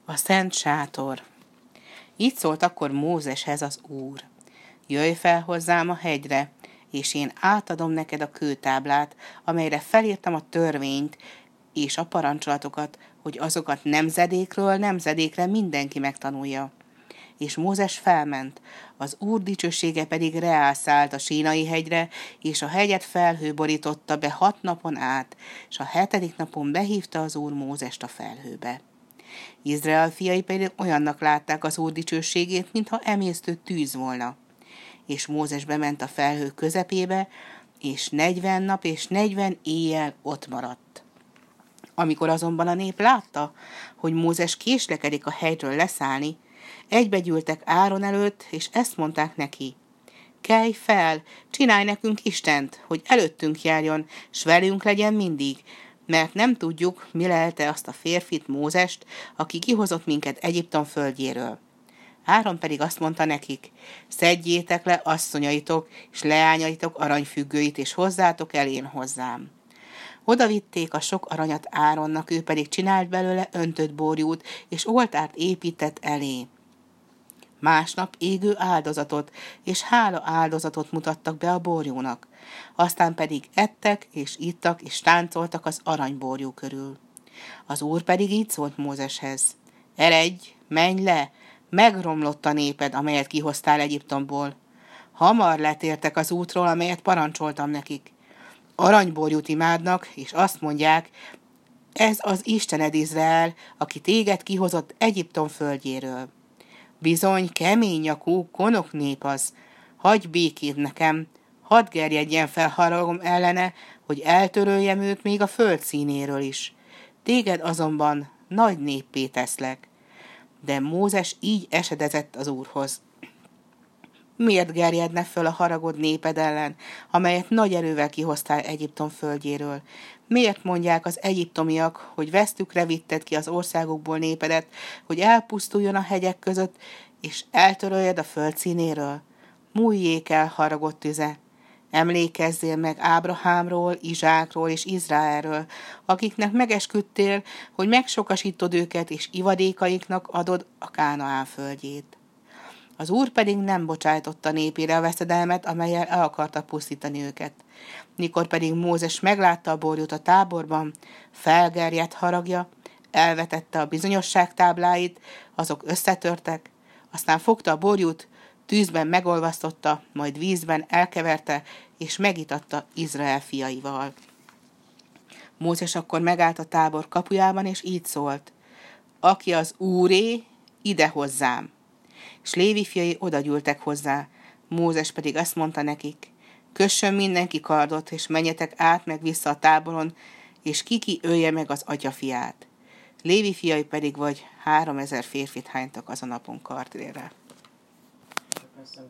A Szent Sátor. Így szólt akkor Mózeshez az Úr. Jöjj fel hozzám a hegyre, és én átadom neked a kőtáblát, amelyre felírtam a törvényt és a parancsolatokat, hogy azokat nemzedékről nemzedékre mindenki megtanulja. És Mózes felment, az Úr dicsősége pedig reálszállt a Sínai hegyre, és a hegyet felhő borította be 6 napon át, és a 7. napon behívta az Úr Mózest a felhőbe. Izrael fiai pedig olyannak látták az Úr dicsőségét, mintha emésztő tűz volna. És Mózes bement a felhő közepébe, és 40 nap és 40 éjjel ott maradt. Amikor azonban a nép látta, hogy Mózes késlekedik a hegyről leszállni, egybegyűltek Áron előtt, és ezt mondták neki: kelj fel, csinálj nekünk Istent, hogy előttünk járjon, s velünk legyen mindig, mert nem tudjuk, mi lelte azt a férfit, Mózest, aki kihozott minket Egyiptom földjéről. Áron pedig azt mondta nekik: szedjétek le asszonyaitok és leányaitok aranyfüggőit, és hozzátok el én hozzám. Oda vitték a sok aranyat Áronnak, ő pedig csinált belőle öntött borjút, és oltárt épített elé. Másnap égő áldozatot és hála áldozatot mutattak be a borjónak, aztán pedig ettek és ittak és táncoltak az aranyborjú körül. Az Úr pedig így szólt Mózeshez: eredj, menj le, megromlott a néped, amelyet kihoztál Egyiptomból. Hamar letértek az útról, amelyet parancsoltam nekik. Aranyborjút imádnak, és azt mondják: ez az Istened Izrael, aki téged kihozott Egyiptom földjéről. Bizony, kemény nyakú, konok nép az. Hagyj békét nekem, hadd gerjedjen fel haragom ellene, hogy eltöröljem őt még a föld színéről is. Téged azonban nagy néppé teszlek. De Mózes így esedezett az Úrhoz: miért gerjedne föl a haragod néped ellen, amelyet nagy erővel kihoztál Egyiptom földjéről? Miért mondják az egyiptomiak, hogy vesztükre vitted ki az országokból népedet, hogy elpusztuljon a hegyek között, és eltöröljed a föld színéről? Múljék el haragod tüze! Emlékezzél meg Ábrahámról, Izsákról és Izraelről, akiknek megesküdtél, hogy megsokasítod őket, és ivadékaiknak adod a Kánaán földjét. Az Úr pedig nem bocsájtotta népére a veszedelmet, amellyel el akarta pusztítani őket. Mikor pedig Mózes meglátta a borjút a táborban, felgerjedt haragja, elvetette a bizonyosság tábláit, azok összetörtek, aztán fogta a borjút, tűzben megolvasztotta, majd vízben elkeverte, és megitatta Izrael fiaival. Mózes akkor megállt a tábor kapujában, és így szólt: aki az Úré, ide hozzám! És Lévi fiai odagyűltek hozzá. Mózes pedig azt mondta nekik: kössön mindenki kardot, és menjetek át meg vissza a táboron, és ki ölje meg az atyafiát. Lévi fiai pedig vagy 3000 férfit hánytak az a napon kardrére.